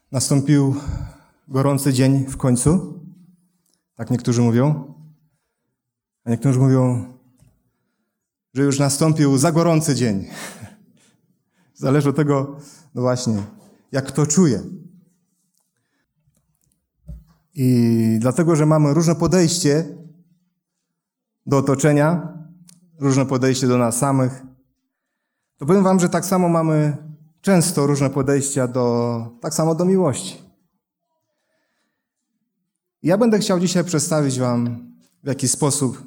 Nastąpił gorący dzień w końcu. Tak niektórzy mówią. A niektórzy mówią, że już nastąpił za gorący dzień. Zależy od tego, no właśnie, jak kto czuje. I dlatego, że mamy różne podejście do otoczenia, różne podejście do nas samych, to powiem wam, że tak samo mamy często różne podejścia tak samo do miłości. Ja będę chciał dzisiaj przedstawić wam, w jaki sposób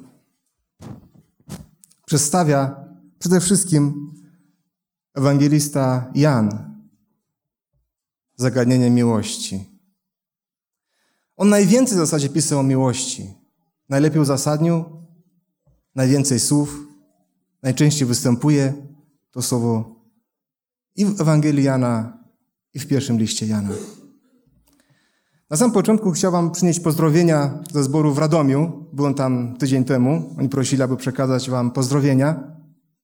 przedstawia przede wszystkim ewangelista Jan zagadnienie miłości. On najwięcej w zasadzie pisał o miłości. Najlepiej uzasadnił, najwięcej słów, najczęściej występuje to słowo i w Ewangelii Jana, i w pierwszym liście Jana. Na samym początku chciałem wam przynieść pozdrowienia ze zboru w Radomiu. Byłem tam tydzień temu. Oni prosili, aby przekazać wam pozdrowienia.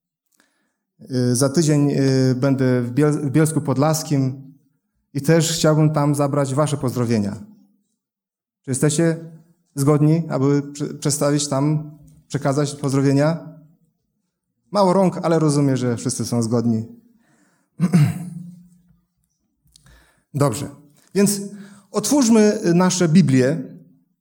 Za tydzień będę w Bielsku Podlaskim i też chciałbym tam zabrać wasze pozdrowienia. Czy jesteście zgodni, aby przedstawić tam, przekazać pozdrowienia? Mało rąk, ale rozumiem, że wszyscy są zgodni. Dobrze, więc otwórzmy nasze Biblię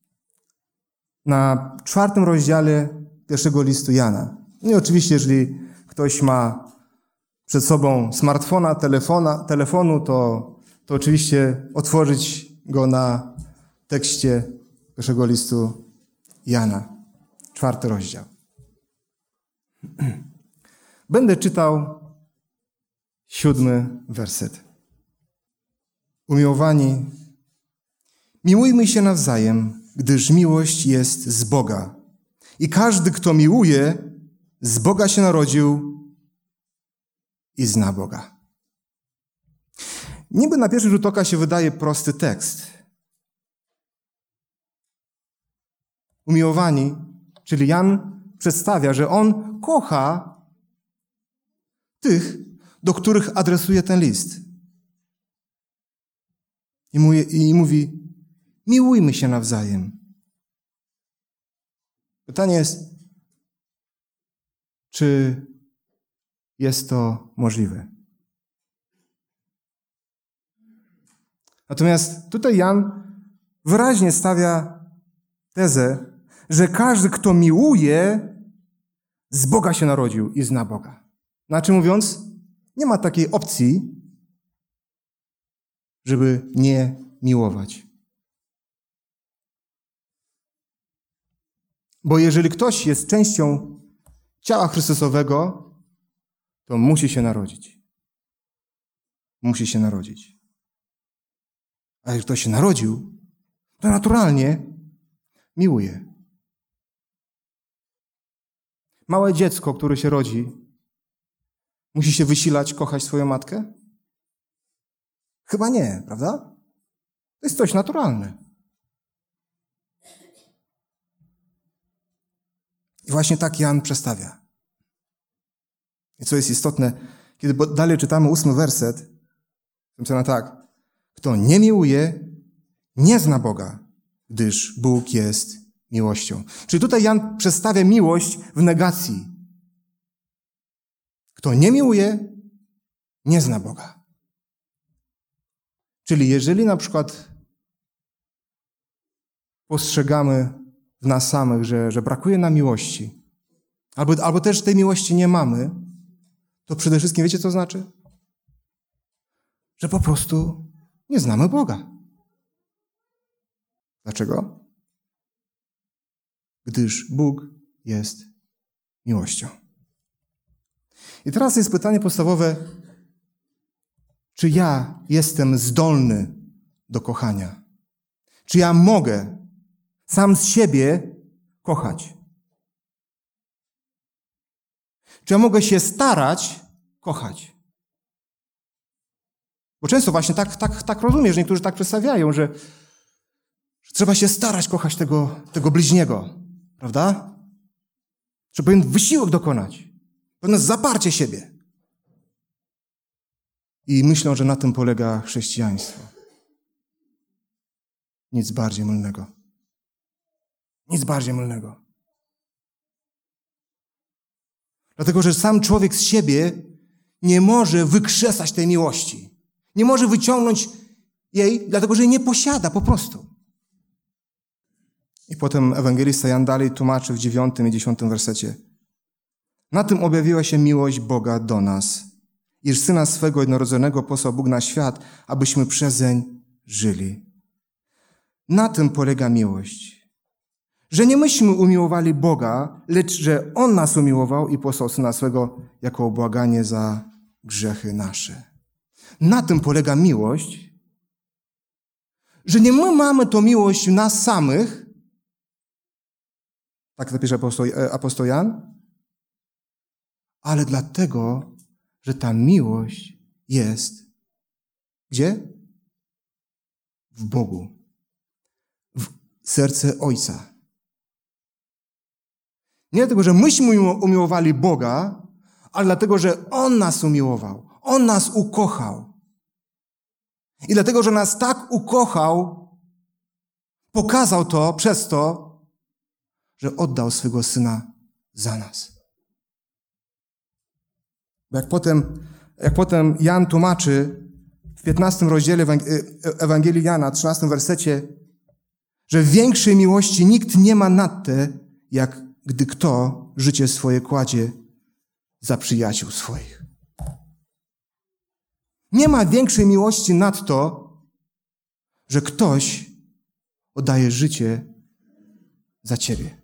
na 4 rozdziale pierwszego listu Jana. No i oczywiście, jeżeli ktoś ma przed sobą smartfona, telefonu, to oczywiście otworzyć go na tekście pierwszego listu Jana, 4 rozdział. Będę czytał 7 werset. Umiłowani, miłujmy się nawzajem, gdyż miłość jest z Boga. I każdy, kto miłuje, z Boga się narodził i zna Boga. Niby na pierwszy rzut oka się wydaje prosty tekst. Umiłowani, czyli Jan przedstawia, że on kocha tych, do których adresuje ten list. I mówi, miłujmy się nawzajem. Pytanie jest, czy jest to możliwe? Natomiast tutaj Jan wyraźnie stawia tezę, że każdy, kto miłuje, z Boga się narodził i zna Boga. Znaczy mówiąc, nie ma takiej opcji, żeby nie miłować. Bo jeżeli ktoś jest częścią ciała Chrystusowego, to musi się narodzić. Musi się narodzić. A jeżeli ktoś się narodził, to naturalnie miłuje. Małe dziecko, które się rodzi, musi się wysilać, kochać swoją matkę? Chyba nie, prawda? To jest coś naturalne. I właśnie tak Jan przedstawia. I co jest istotne, kiedy dalej czytamy 8 werset, napisane tak. Kto nie miłuje, nie zna Boga, gdyż Bóg jest miłością. Czyli tutaj Jan przedstawia miłość w negacji. Kto nie miłuje, nie zna Boga. Czyli jeżeli na przykład postrzegamy w nas samych, że brakuje nam miłości, albo też tej miłości nie mamy, to przede wszystkim wiecie, co znaczy? Że po prostu nie znamy Boga. Dlaczego? Gdyż Bóg jest miłością. I teraz jest pytanie podstawowe, czy ja jestem zdolny do kochania? Czy ja mogę sam z siebie kochać? Czy ja mogę się starać kochać? Bo często właśnie tak rozumiem, że niektórzy tak przedstawiają, że trzeba się starać kochać tego bliźniego, prawda? Że powinien wysiłek dokonać, pewne zaparcie siebie. I myślą, że na tym polega chrześcijaństwo. Nic bardziej mylnego. Nic bardziej mylnego. Dlatego, że sam człowiek z siebie nie może wykrzesać tej miłości. Nie może wyciągnąć jej, dlatego, że jej nie posiada po prostu. I potem ewangelista Jan dalej tłumaczy w 9 i 10 wersecie. Na tym objawiła się miłość Boga do nas, iż Syna swego jednorodzonego posłał Bóg na świat, abyśmy przezeń żyli. Na tym polega miłość. Że nie myśmy umiłowali Boga, lecz że On nas umiłował i posłał Syna swego jako obłaganie za grzechy nasze. Na tym polega miłość, że nie my mamy tą miłość w nas samych, tak napisze apostoł Jan, ale dlatego, że ta miłość jest gdzie? W Bogu. W serce Ojca. Nie dlatego, że myśmy umiłowali Boga, ale dlatego, że On nas umiłował. On nas ukochał. I dlatego, że nas tak ukochał, pokazał to przez to, że oddał swego Syna za nas. Bo jak potem Jan tłumaczy w 15 rozdziale Ewangelii Jana, 13 wersecie, że większej miłości nikt nie ma nad te, jak gdy kto życie swoje kładzie za przyjaciół swoich. Nie ma większej miłości nad to, że ktoś oddaje życie za ciebie.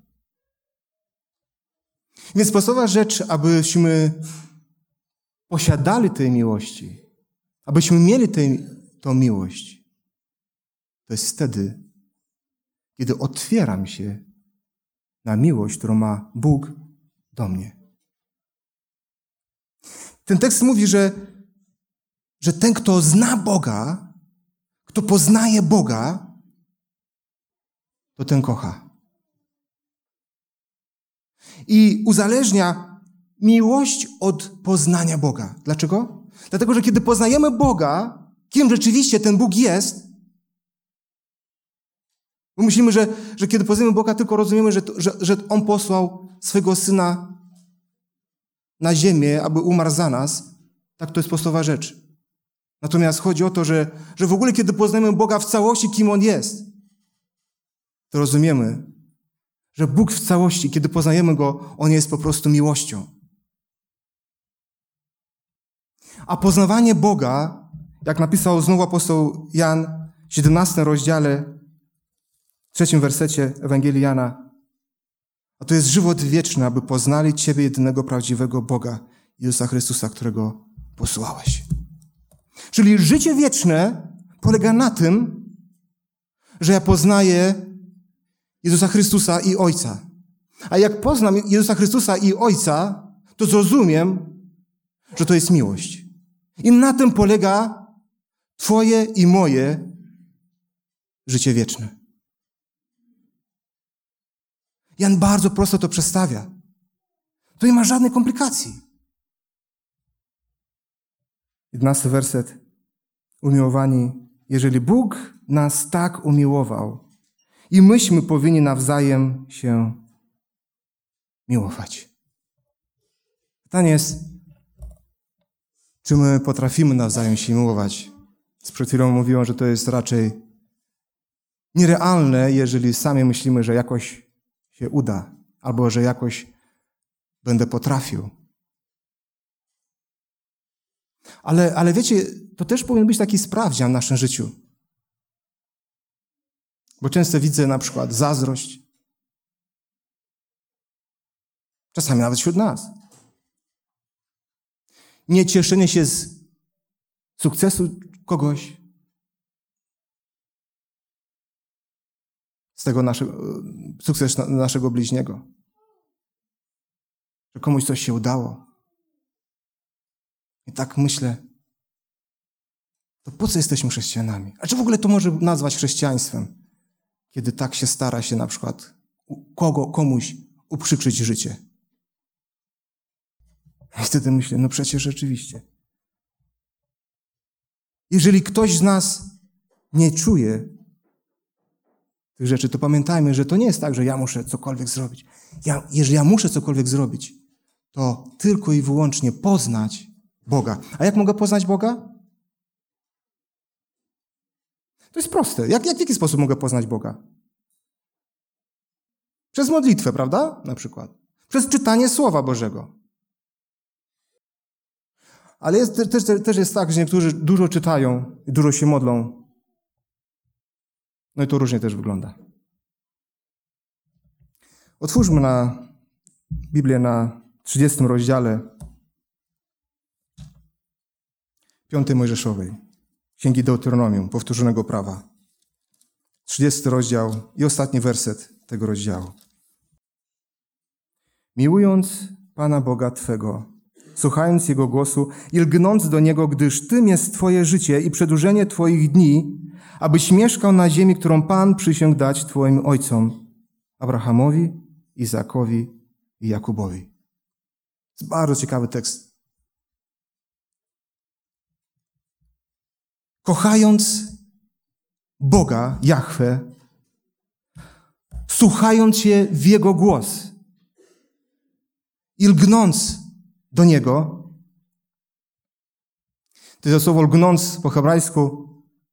Więc podstawowa rzecz, abyśmy posiadali tej miłości, abyśmy mieli tą miłość, to jest wtedy, kiedy otwieram się na miłość, którą ma Bóg do mnie. Ten tekst mówi, że ten, kto zna Boga, kto poznaje Boga, to ten kocha. I uzależnia miłość od poznania Boga. Dlaczego? Dlatego, że kiedy poznajemy Boga, kim rzeczywiście ten Bóg jest, bo myślimy, że kiedy poznajemy Boga, tylko rozumiemy, że On posłał swego Syna na ziemię, aby umarł za nas. Tak, to jest podstawowa rzecz. Natomiast chodzi o to, że w ogóle kiedy poznajemy Boga w całości, kim On jest, to rozumiemy, że Bóg w całości, kiedy poznajemy Go, On jest po prostu miłością. A poznawanie Boga, jak napisał znowu apostoł Jan w 17 rozdziale, w 3 wersecie Ewangelii Jana, a to jest żywot wieczny, aby poznali Ciebie, jedynego prawdziwego Boga, Jezusa Chrystusa, którego posłałeś. Czyli życie wieczne polega na tym, że ja poznaję Jezusa Chrystusa i Ojca. A jak poznam Jezusa Chrystusa i Ojca, to zrozumiem, że to jest miłość. I na tym polega Twoje i moje życie wieczne. Jan bardzo prosto to przedstawia. To nie ma żadnej komplikacji. 11 werset. Umiłowani, jeżeli Bóg nas tak umiłował i myśmy powinni nawzajem się miłować. Pytanie jest, czy my potrafimy nawzajem się miłować? Przed chwilą mówiłem, że to jest raczej nierealne, jeżeli sami myślimy, że jakoś się uda, albo że jakoś będę potrafił. Ale wiecie, to też powinien być taki sprawdzian w naszym życiu. Bo często widzę na przykład zazdrość. Czasami nawet wśród nas. Niecieszenie się z sukcesu kogoś. Z tego sukces naszego bliźniego. Że komuś coś się udało. I tak myślę, to po co jesteśmy chrześcijanami? A czy w ogóle to może nazwać chrześcijaństwem? Kiedy tak się stara się na przykład komuś uprzykrzyć życie. I wtedy myślę, no przecież rzeczywiście. Jeżeli ktoś z nas nie czuje, tych rzeczy, to pamiętajmy, że to nie jest tak, że ja muszę cokolwiek zrobić. Jeżeli ja muszę cokolwiek zrobić, to tylko i wyłącznie poznać Boga. A jak mogę poznać Boga? To jest proste. W jaki sposób mogę poznać Boga? Przez modlitwę, prawda? Na przykład. Przez czytanie Słowa Bożego. Ale też jest tak, że niektórzy dużo czytają i dużo się modlą. No i to różnie też wygląda. Otwórzmy na Biblię na 30 rozdziale 5 Mojżeszowej, Księgi Deuteronomium, powtórzonego prawa. 30 rozdział i ostatni werset tego rozdziału. Miłując Pana Boga Twego, słuchając Jego głosu i lgnąc do Niego, gdyż Tym jest Twoje życie i przedłużenie Twoich dni, abyś mieszkał na ziemi, którą Pan przysiągł dać Twoim ojcom, Abrahamowi, Izakowi i Jakubowi. To jest bardzo ciekawy tekst. Kochając Boga, Jahwe, słuchając się w Jego głos i lgnąc do Niego, to słowo lgnąc po hebrajsku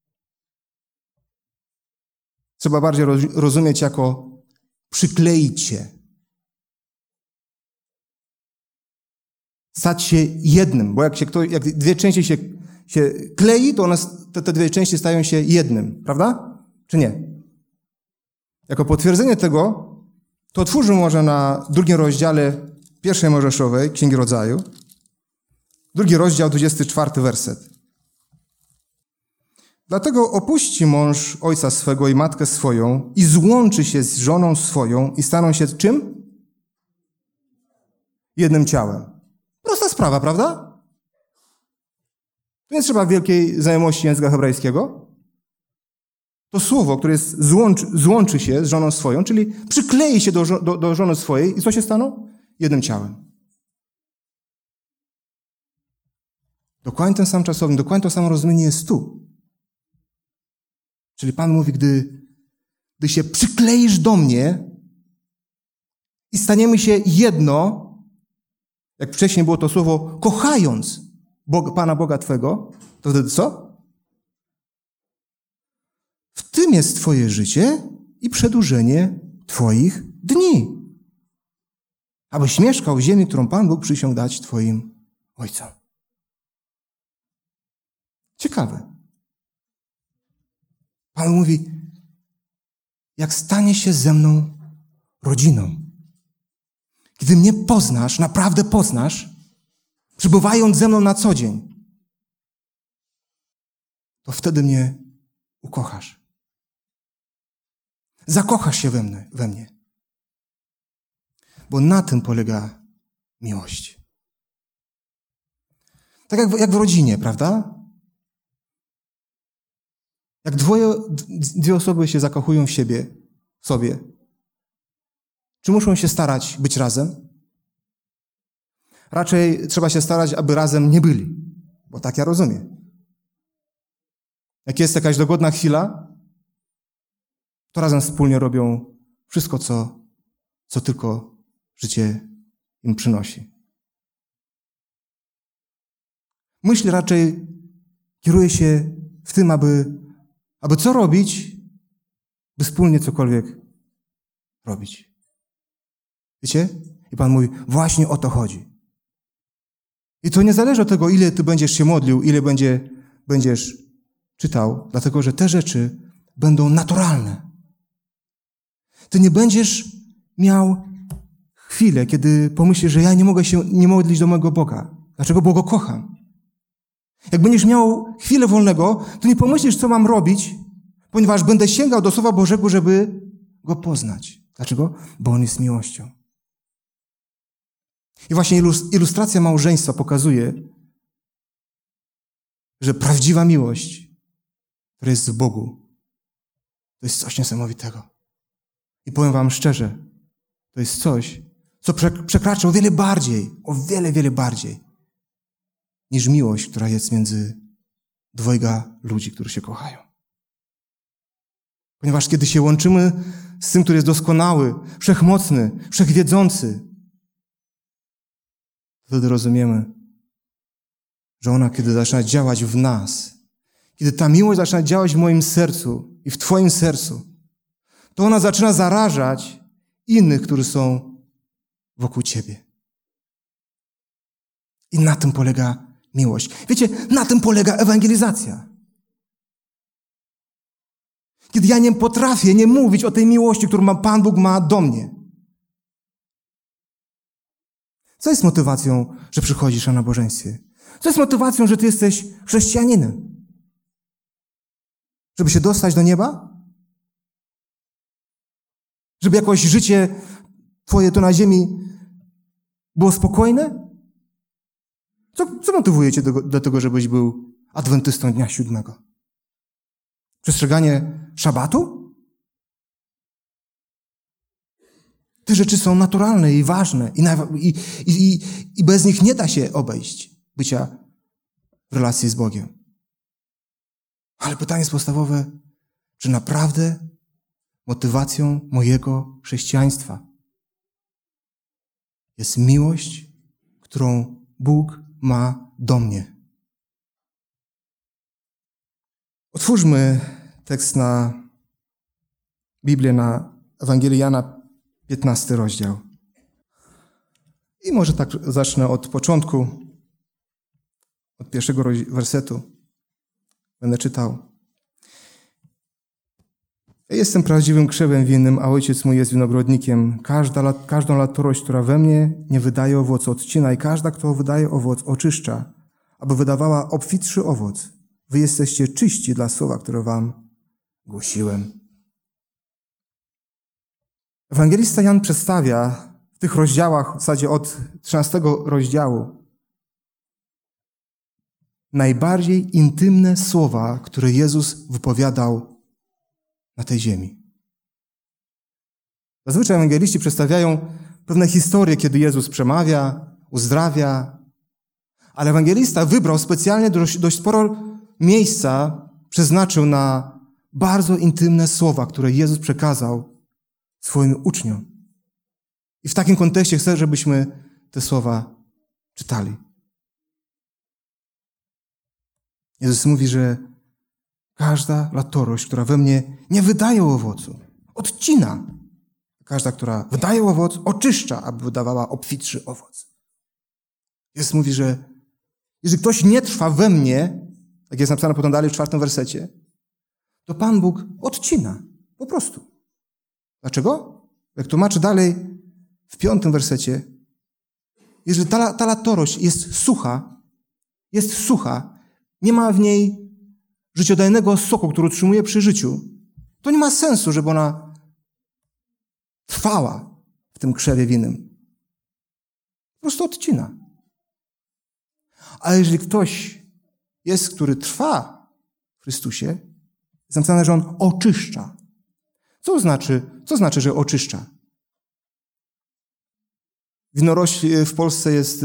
trzeba bardziej rozumieć jako przykleić się. Stać się jednym, bo jak dwie części się klei, to te dwie części stają się jednym, prawda? Czy nie? Jako potwierdzenie tego, to otwórzmy może na 2 rozdziale 1 Mojżeszowej, Księgi Rodzaju, 2 rozdział, 24 werset. Dlatego opuści mąż ojca swego i matkę swoją i złączy się z żoną swoją i staną się czym? Jednym ciałem. Prosta sprawa, prawda? Tu nie trzeba wielkiej znajomości języka hebrajskiego. To słowo, które jest złączy się z żoną swoją, czyli przyklei się do żony swojej i co się staną? Jednym ciałem. Dokładnie ten sam czasownik, dokładnie to samo rozumienie jest tu. Czyli Pan mówi, gdy się przykleisz do mnie i staniemy się jedno, jak wcześniej było to słowo, kochając Pana Boga Twego, to wtedy co? W tym jest Twoje życie i przedłużenie Twoich dni. Abyś mieszkał w ziemi, którą Pan Bóg przysiągł dać Twoim ojcom. Ciekawe. Pan mówi, jak stanie się ze mną rodziną. Gdy mnie poznasz, naprawdę poznasz, przybywając ze mną na co dzień, to wtedy mnie ukochasz. Zakochasz się we mnie. Bo na tym polega miłość. Tak jak w rodzinie, prawda? Jak dwie osoby się zakochują w sobie, czy muszą się starać być razem? Raczej trzeba się starać, aby razem nie byli, bo tak ja rozumiem. Jak jest jakaś dogodna chwila, to razem wspólnie robią wszystko, co tylko życie im przynosi. Myśl raczej kieruje się w tym, aby co robić, by wspólnie cokolwiek robić. Wiecie? I Pan mówi, właśnie o to chodzi. I to nie zależy od tego, ile ty będziesz się modlił, ile będziesz czytał, dlatego że te rzeczy będą naturalne. Ty nie będziesz miał chwilę, kiedy pomyślisz, że ja nie mogę się nie modlić do mojego Boga. Dlaczego? Bo Go kocham. Jak będziesz miał chwilę wolnego, to nie pomyślisz, co mam robić, ponieważ będę sięgał do Słowa Bożego, żeby Go poznać. Dlaczego? Bo On jest miłością. I właśnie ilustracja małżeństwa pokazuje, że prawdziwa miłość, która jest w Bogu, to jest coś niesamowitego. I powiem wam szczerze, to jest coś, co przekracza o wiele bardziej, niż miłość, która jest między dwojga ludzi, którzy się kochają. Ponieważ kiedy się łączymy z tym, który jest doskonały, wszechmocny, wszechwiedzący, wtedy rozumiemy, że ona, kiedy zaczyna działać w nas, kiedy ta miłość zaczyna działać w moim sercu i w Twoim sercu, to ona zaczyna zarażać innych, którzy są wokół Ciebie. I na tym polega miłość. Wiecie, na tym polega ewangelizacja. Kiedy ja nie potrafię nie mówić o tej miłości, którą Pan Bóg ma do mnie. Co jest motywacją, że przychodzisz na nabożeństwie? Co jest motywacją, że ty jesteś chrześcijaninem? Żeby się dostać do nieba? Żeby jakoś życie twoje tu na ziemi było spokojne? Co motywuje cię do tego, żebyś był adwentystą dnia 7? Przestrzeganie szabatu? Te rzeczy są naturalne i ważne i bez nich nie da się obejść bycia w relacji z Bogiem. Ale pytanie jest podstawowe, czy naprawdę motywacją mojego chrześcijaństwa jest miłość, którą Bóg ma do mnie. Otwórzmy tekst na Biblię, na Ewangelię Jana, 15 rozdział. I może tak zacznę od początku, od pierwszego wersetu. Będę czytał. Ja jestem prawdziwym krzewem winnym, a ojciec mój jest winogrodnikiem. Każdą latorość, która we mnie nie wydaje owocu, odcina i każda, kto wydaje owoc, oczyszcza, aby wydawała obfitszy owoc. Wy jesteście czyści dla słowa, które wam głosiłem. Ewangelista Jan przedstawia w tych rozdziałach, w zasadzie od 13 rozdziału, najbardziej intymne słowa, które Jezus wypowiadał na tej ziemi. Zazwyczaj ewangeliści przedstawiają pewne historie, kiedy Jezus przemawia, uzdrawia, ale ewangelista wybrał specjalnie dość sporo miejsca, przeznaczył na bardzo intymne słowa, które Jezus przekazał swoim uczniom. I w takim kontekście chcę, żebyśmy te słowa czytali. Jezus mówi, że każda latorość, która we mnie nie wydaje owocu, odcina. Każda, która wydaje owoc, oczyszcza, aby wydawała obfitszy owoc. Jezus mówi, że jeżeli ktoś nie trwa we mnie, jak jest napisane potem dalej w 4 wersecie, to Pan Bóg odcina. Po prostu. Dlaczego? Jak tłumaczy dalej w 5 wersecie, jeżeli ta latorość jest sucha, nie ma w niej życiodajnego soku, który utrzymuje przy życiu, to nie ma sensu, żeby ona trwała w tym krzewie winnym. Po prostu odcina. Ale jeżeli ktoś jest, który trwa w Chrystusie, jest napisane, że on oczyszcza. Co znaczy, że oczyszcza? Winorośl w Polsce jest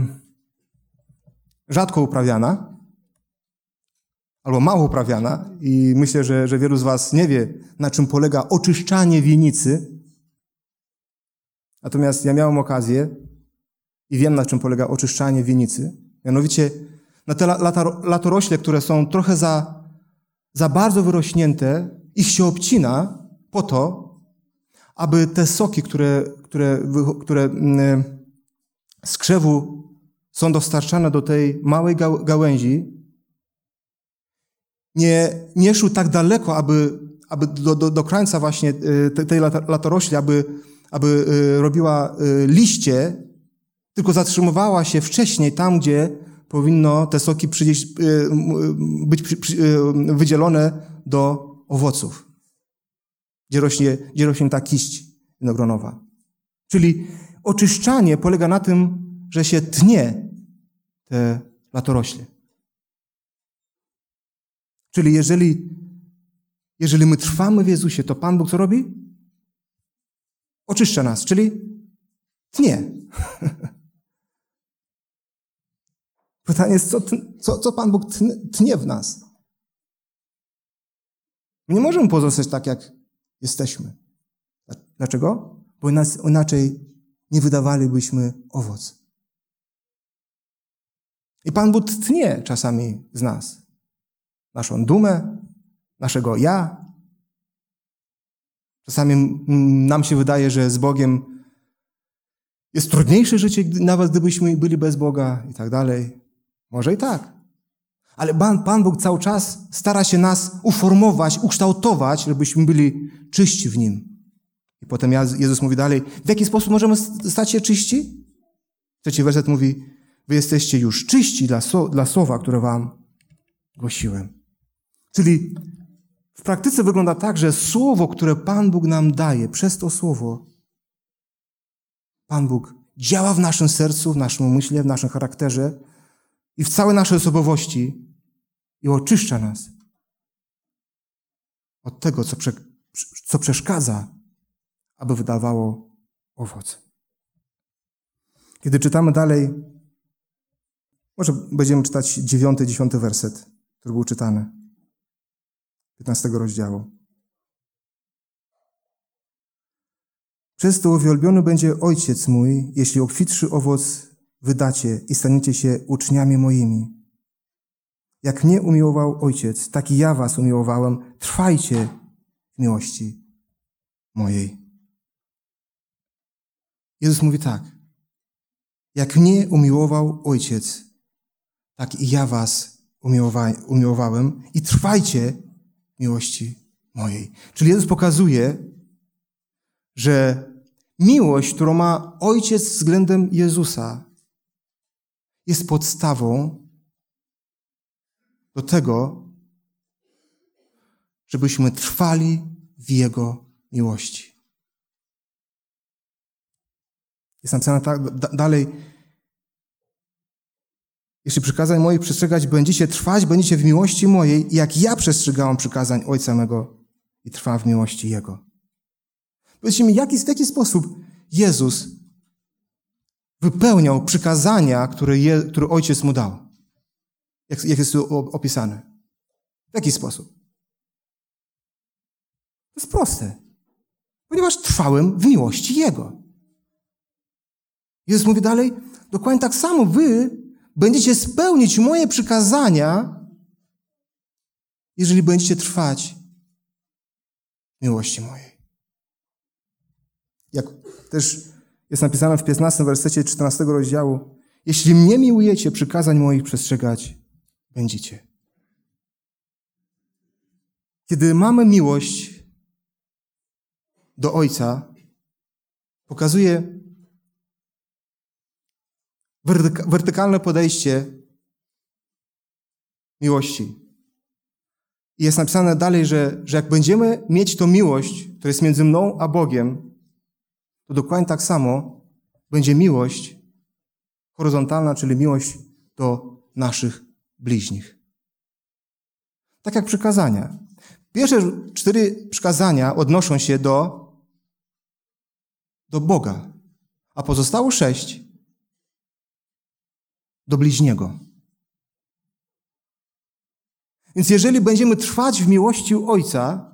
rzadko uprawiana, albo mało uprawiana i myślę, że wielu z was nie wie, na czym polega oczyszczanie winnicy. Natomiast ja miałem okazję i wiem, na czym polega oczyszczanie winnicy. Mianowicie na te latorośle, które są trochę za bardzo wyrośnięte, ich się obcina po to, aby te soki, które z krzewu są dostarczane do tej małej gałęzi, nie szły tak daleko, aby do krańca właśnie tej latorośli, aby robiła liście, tylko zatrzymywała się wcześniej tam, gdzie powinno te soki być wydzielone do owoców, gdzie rośnie ta kiść winogronowa. Czyli oczyszczanie polega na tym, że się tnie te latorośle. Czyli jeżeli my trwamy w Jezusie, to Pan Bóg co robi? Oczyszcza nas, czyli tnie. Pytanie jest, co Pan Bóg tnie w nas? My nie możemy pozostać tak, jak jesteśmy. Dlaczego? Bo inaczej nie wydawalibyśmy owoc. I Pan Bóg tnie czasami z nas. Naszą dumę, naszego ja. Czasami nam się wydaje, że z Bogiem jest trudniejsze życie, nawet gdybyśmy byli bez Boga i tak dalej. Może i tak. Ale Pan Bóg cały czas stara się nas uformować, ukształtować, żebyśmy byli czyści w Nim. I potem Jezus mówi dalej, w jaki sposób możemy stać się czyści? Trzeci werset mówi, wy jesteście już czyści dla słowa, które wam głosiłem. Czyli w praktyce wygląda tak, że słowo, które Pan Bóg nam daje, przez to słowo Pan Bóg działa w naszym sercu, w naszym umyśle, w naszym charakterze i w całej naszej osobowości i oczyszcza nas od tego, co przeszkadza, aby wydawało owoc. Kiedy czytamy dalej, może będziemy czytać 9, 10 werset, który był czytany, 15 rozdziału. Przez to uwielbiony będzie Ojciec mój, jeśli obfitszy owoc wydacie i staniecie się uczniami moimi. Jak mnie umiłował Ojciec, tak i ja was umiłowałem. Trwajcie w miłości mojej. Jezus mówi tak. Jak mnie umiłował Ojciec, tak i ja was umiłowałem i trwajcie w miłości mojej. Czyli Jezus pokazuje, że miłość, którą ma Ojciec względem Jezusa, jest podstawą do tego, żebyśmy trwali w Jego miłości. Jest napisane tak dalej. Jeśli przykazań moich przestrzegać będziecie, trwać będziecie w miłości mojej, jak ja przestrzegałem przykazań Ojca mego i trwam w miłości Jego. Powiedzcie mi, w jaki sposób Jezus wypełniał przykazania, które Ojciec mu dał? Jak jest tu opisane? W jaki sposób? To jest proste. Ponieważ trwałem w miłości Jego. Jezus mówi dalej, dokładnie tak samo wy będziecie spełnić moje przykazania, jeżeli będziecie trwać w miłości mojej. Jak też jest napisane w 15 wersecie 14 rozdziału, jeśli mnie miłujecie, przykazań moich przestrzegać będziecie. Kiedy mamy miłość do Ojca, pokazuje wertykalne podejście miłości. I jest napisane dalej, że jak będziemy mieć tą miłość, która jest między mną a Bogiem, to dokładnie tak samo będzie miłość horyzontalna, czyli miłość do naszych bliźnich. Tak jak przykazania. Pierwsze 4 przykazania odnoszą się do Boga, a pozostałe 6 do bliźniego. Więc jeżeli będziemy trwać w miłości Ojca,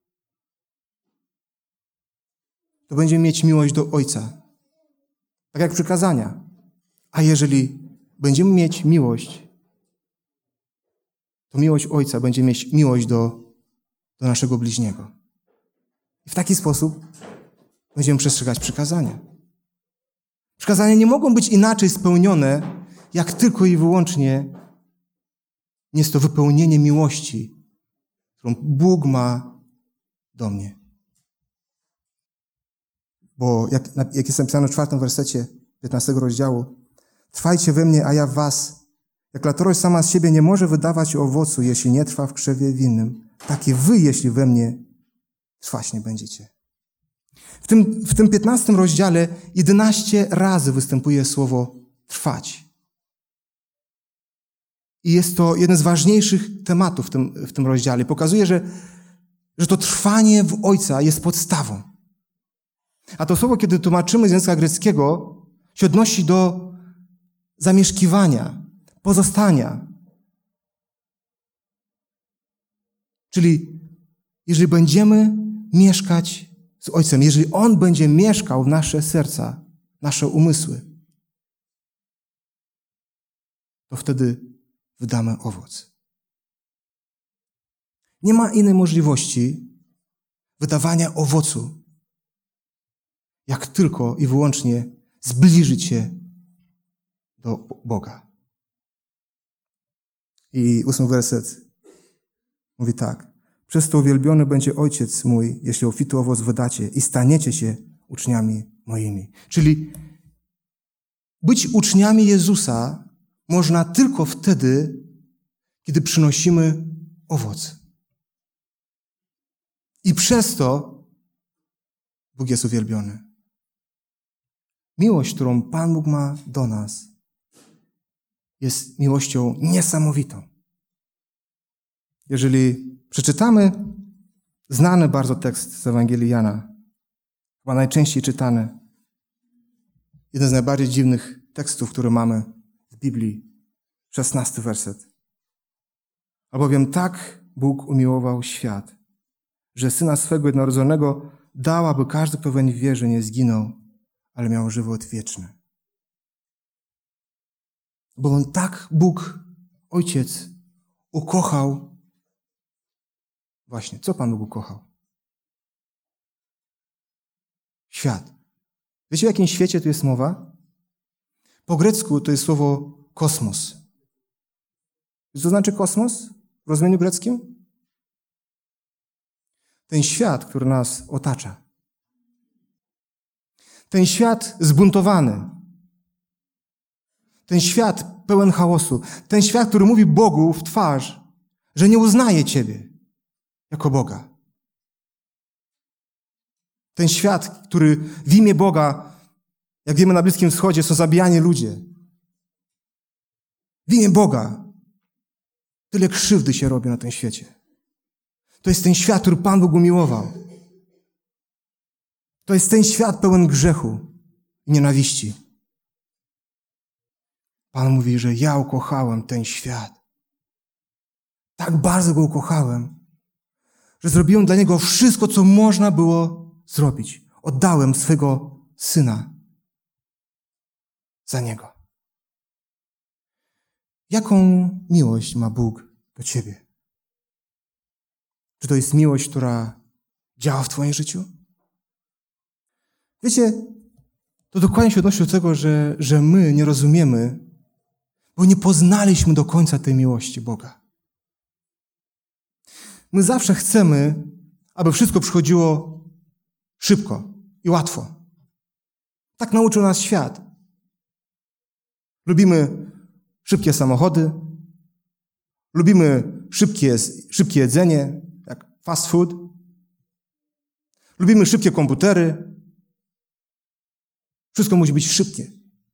to będziemy mieć miłość do Ojca. Tak jak przykazania. A jeżeli będziemy mieć miłość, to miłość Ojca będzie mieć miłość do naszego bliźniego. I w taki sposób będziemy przestrzegać przykazania. Przykazania nie mogą być inaczej spełnione, jak tylko i wyłącznie jest to wypełnienie miłości, którą Bóg ma do mnie. Bo jak jest napisane w 4 wersecie 15 rozdziału, trwajcie we mnie, a ja w was. Jak latorość sama z siebie nie może wydawać owocu, jeśli nie trwa w krzewie winnym, tak i wy, jeśli we mnie trwać nie będziecie. W tym 15 rozdziale 11 razy występuje słowo trwać. I jest to jeden z ważniejszych tematów w tym rozdziale. Pokazuje, że to trwanie w Ojca jest podstawą. A to słowo, kiedy tłumaczymy z języka greckiego, się odnosi do zamieszkiwania, pozostania. Czyli jeżeli będziemy mieszkać z Ojcem, jeżeli On będzie mieszkał w nasze serca, nasze umysły, to wtedy wydamy owoc. Nie ma innej możliwości wydawania owocu, jak tylko i wyłącznie zbliżyć się do Boga. I 8 werset mówi tak. Przez to uwielbiony będzie Ojciec mój, jeśli obfity owoc wydacie i staniecie się uczniami moimi. Czyli być uczniami Jezusa można tylko wtedy, kiedy przynosimy owoc. I przez to Bóg jest uwielbiony. Miłość, którą Pan Bóg ma do nas, jest miłością niesamowitą. Jeżeli przeczytamy znany bardzo tekst z Ewangelii Jana, chyba najczęściej czytany, jeden z najbardziej dziwnych tekstów, które mamy w Biblii, 16 werset. Albowiem tak Bóg umiłował świat, że Syna swego jednorodzonego dał, aby każdy, kto weń wierzy, nie zginął, ale miał żywot wieczny. Bo On tak, Bóg, Ojciec, ukochał. Właśnie, co Pan Bóg ukochał? Świat. Wiecie, w jakim świecie tu jest mowa? Po grecku to jest słowo kosmos. Co to znaczy kosmos w rozumieniu greckim? Ten świat, który nas otacza. Ten świat zbuntowany. Ten świat pełen chaosu. Ten świat, który mówi Bogu w twarz, że nie uznaje Ciebie jako Boga. Ten świat, który w imię Boga, jak wiemy na Bliskim Wschodzie, są zabijani ludzie. W imię Boga tyle krzywdy się robi na tym świecie. To jest ten świat, który Pan Bóg umiłował. To jest ten świat pełen grzechu i nienawiści. Pan mówi, że ja ukochałem ten świat. Tak bardzo go ukochałem, że zrobiłem dla niego wszystko, co można było zrobić. Oddałem swego Syna za niego. Jaką miłość ma Bóg do ciebie? Czy to jest miłość, która działa w twoim życiu? Wiecie, to dokładnie się odnosi do tego, że my nie rozumiemy, bo nie poznaliśmy do końca tej miłości Boga. My zawsze chcemy, aby wszystko przychodziło szybko i łatwo. Tak nauczył nas świat. Lubimy szybkie samochody, lubimy szybkie jedzenie, jak fast food. Lubimy szybkie komputery. Wszystko musi być szybkie.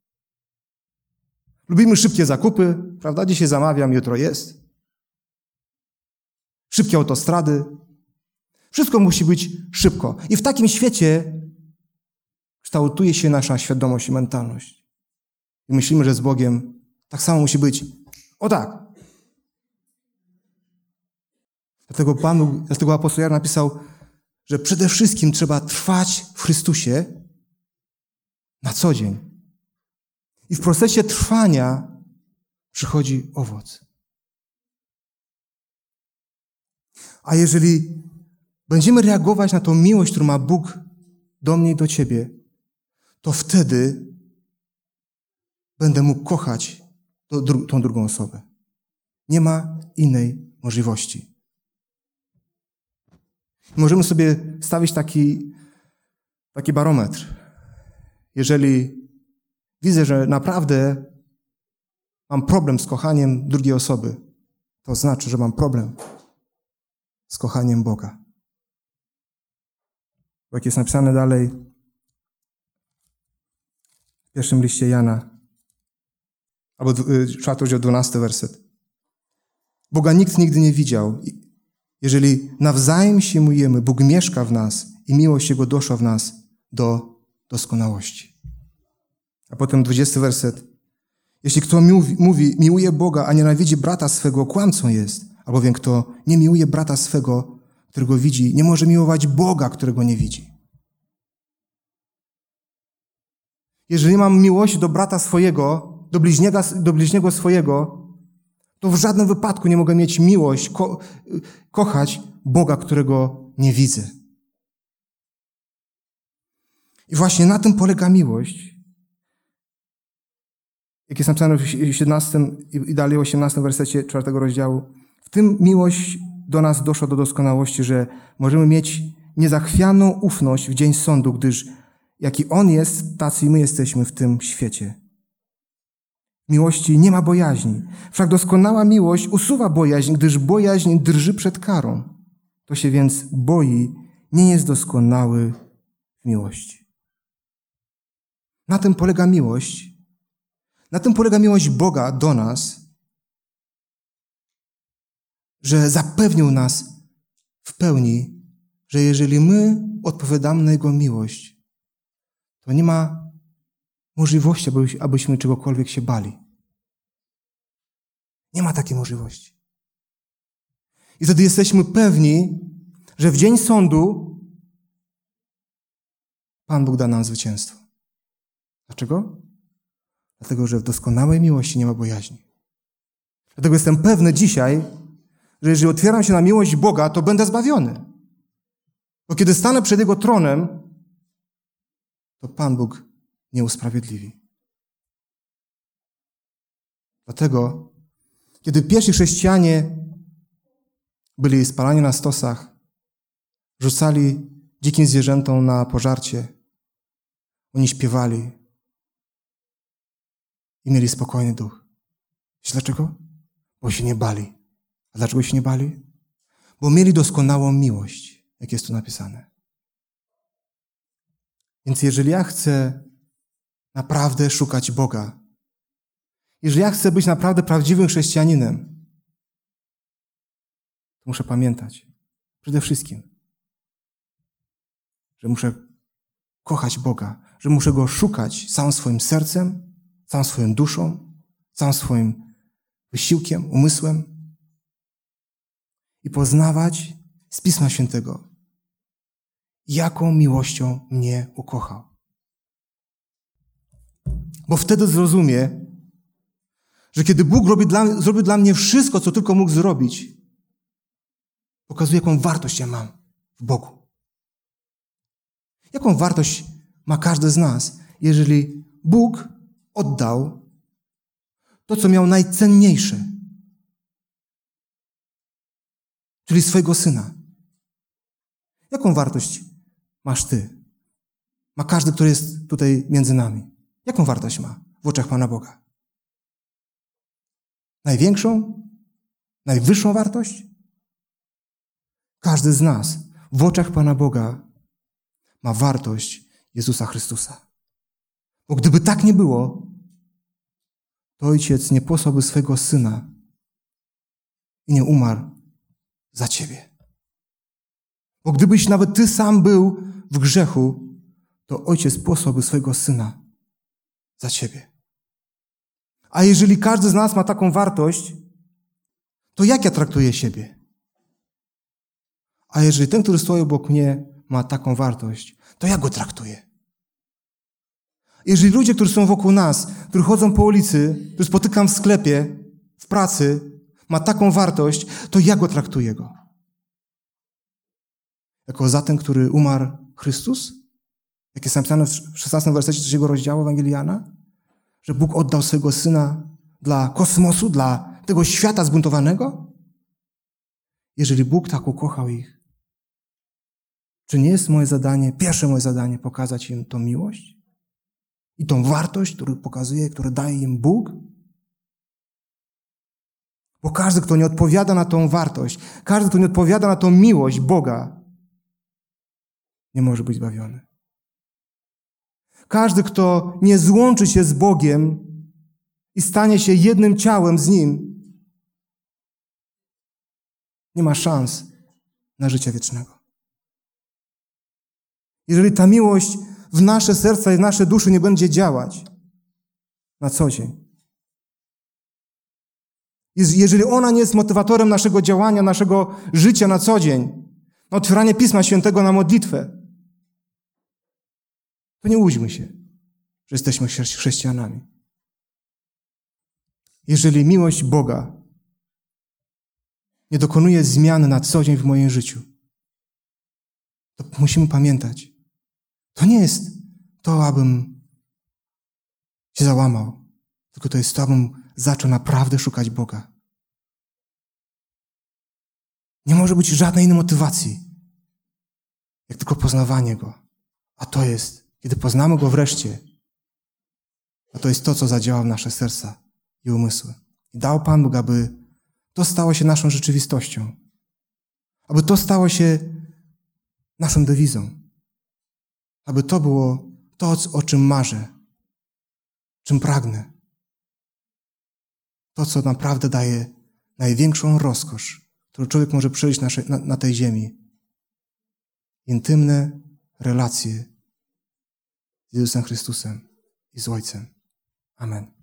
Lubimy szybkie zakupy, prawda? Dzisiaj zamawiam, jutro jest. Szybkie autostrady. Wszystko musi być szybko. I w takim świecie kształtuje się nasza świadomość i mentalność. I myślimy, że z Bogiem tak samo musi być. O tak. Dlatego apostoł Jan napisał, że przede wszystkim trzeba trwać w Chrystusie na co dzień. I w procesie trwania przychodzi owoc. A jeżeli będziemy reagować na tą miłość, którą ma Bóg do mnie i do ciebie, to wtedy będę mógł kochać tą drugą osobę. Nie ma innej możliwości. Możemy sobie stawić taki barometr. Jeżeli widzę, że naprawdę mam problem z kochaniem drugiej osoby, to znaczy, że mam problem z kochaniem Boga. Bo jak jest napisane dalej w pierwszym liście Jana, albo 4 rozdział 12 werset. Boga nikt nigdy nie widział. Jeżeli nawzajem się miłujemy, Bóg mieszka w nas i miłość Jego doszła w nas do doskonałości. A potem 20 werset. Jeśli kto mówi, miłuje Boga, a nienawidzi brata swego, kłamcą jest. Albowiem kto nie miłuje brata swego, którego widzi, nie może miłować Boga, którego nie widzi. Jeżeli mam miłość do brata swojego, do bliźniego swojego, to w żadnym wypadku nie mogę mieć miłość, kochać Boga, którego nie widzę. I właśnie na tym polega miłość. Jak jest napisane w 17 i dalej 18 wersecie 4 rozdziału. W tym miłość do nas doszła do doskonałości, że możemy mieć niezachwianą ufność w dzień sądu, gdyż jaki On jest, tacy i my jesteśmy w tym świecie. W miłości nie ma bojaźni. Wszak doskonała miłość usuwa bojaźń, gdyż bojaźń drży przed karą. Kto się więc boi, nie jest doskonały w miłości. Na tym polega miłość. Na tym polega miłość Boga do nas, że zapewnił nas w pełni, że jeżeli my odpowiadamy na Jego miłość, to nie ma możliwości, abyśmy czegokolwiek się bali. Nie ma takiej możliwości. I wtedy jesteśmy pewni, że w dzień sądu Pan Bóg da nam zwycięstwo. Dlaczego? Dlatego, że w doskonałej miłości nie ma bojaźni. Dlatego jestem pewny dzisiaj, że jeżeli otwieram się na miłość Boga, to będę zbawiony. Bo kiedy stanę przed Jego tronem, to Pan Bóg nie usprawiedliwi. Dlatego, kiedy pierwsi chrześcijanie byli spalani na stosach, rzucali dzikim zwierzętom na pożarcie, oni śpiewali i mieli spokojny duch. Wiesz dlaczego? Bo się nie bali. A dlaczego się nie bali? Bo mieli doskonałą miłość, jak jest tu napisane. Więc jeżeli ja chcę naprawdę szukać Boga, jeżeli ja chcę być naprawdę prawdziwym chrześcijaninem, to muszę pamiętać przede wszystkim, że muszę kochać Boga, że muszę Go szukać całym swoim sercem, całą swoją duszą, całym swoim wysiłkiem, umysłem i poznawać z Pisma Świętego, jaką miłością mnie ukochał. Bo wtedy zrozumie, że kiedy Bóg zrobił dla mnie wszystko, co tylko mógł zrobić, pokazuje, jaką wartość ja mam w Bogu. Jaką wartość ma każdy z nas, jeżeli Bóg oddał to, co miał najcenniejsze, czyli swojego Syna. Jaką wartość masz ty? Ma każdy, kto jest tutaj między nami. Jaką wartość ma w oczach Pana Boga? Największą? Najwyższą wartość? Każdy z nas w oczach Pana Boga ma wartość Jezusa Chrystusa. Bo gdyby tak nie było, to Ojciec nie posłałby swego Syna i nie umarł za ciebie. Bo gdybyś nawet ty sam był w grzechu, to Ojciec posłałby swojego Syna za ciebie. A jeżeli każdy z nas ma taką wartość, to jak ja traktuję siebie? A jeżeli ten, który stoi obok mnie, ma taką wartość, to jak go traktuję? Jeżeli ludzie, którzy są wokół nas, którzy chodzą po ulicy, którzy spotykam w sklepie, w pracy, ma taką wartość, to jak go traktuję go? Jako za ten, który umarł Chrystus? Jak jest napisane w 16 wersecie 3 rozdziału Ewangelii Jana? Że Bóg oddał swojego Syna dla kosmosu, dla tego świata zbuntowanego? Jeżeli Bóg tak ukochał ich, czy nie jest pierwsze moje zadanie pokazać im tą miłość i tą wartość, którą pokazuje, którą daje im Bóg? Bo każdy, kto nie odpowiada na tą wartość, każdy, kto nie odpowiada na tą miłość Boga, nie może być zbawiony. Każdy, kto nie złączy się z Bogiem i stanie się jednym ciałem z Nim, nie ma szans na życie wiecznego. Jeżeli ta miłość w nasze serca i w nasze dusze nie będzie działać na co dzień, jeżeli ona nie jest motywatorem naszego działania, naszego życia na co dzień, na otwieranie Pisma Świętego, na modlitwę, to nie łudźmy się, że jesteśmy chrześcijanami. Jeżeli miłość Boga nie dokonuje zmian na co dzień w moim życiu, to musimy pamiętać, to nie jest to, abym się załamał, tylko to jest to, abym zaczął naprawdę szukać Boga. Nie może być żadnej innej motywacji, jak tylko poznawanie Go. A to jest, kiedy poznamy Go wreszcie, a to jest to, co zadziała w nasze serca i umysły. I dał Pan Bóg, aby to stało się naszą rzeczywistością. Aby to stało się naszą dewizą. Aby to było to, o czym marzę, czym pragnę. To, co naprawdę daje największą rozkosz, którą człowiek może przeżyć na tej ziemi. Intymne relacje z Jezusem Chrystusem i z Ojcem. Amen.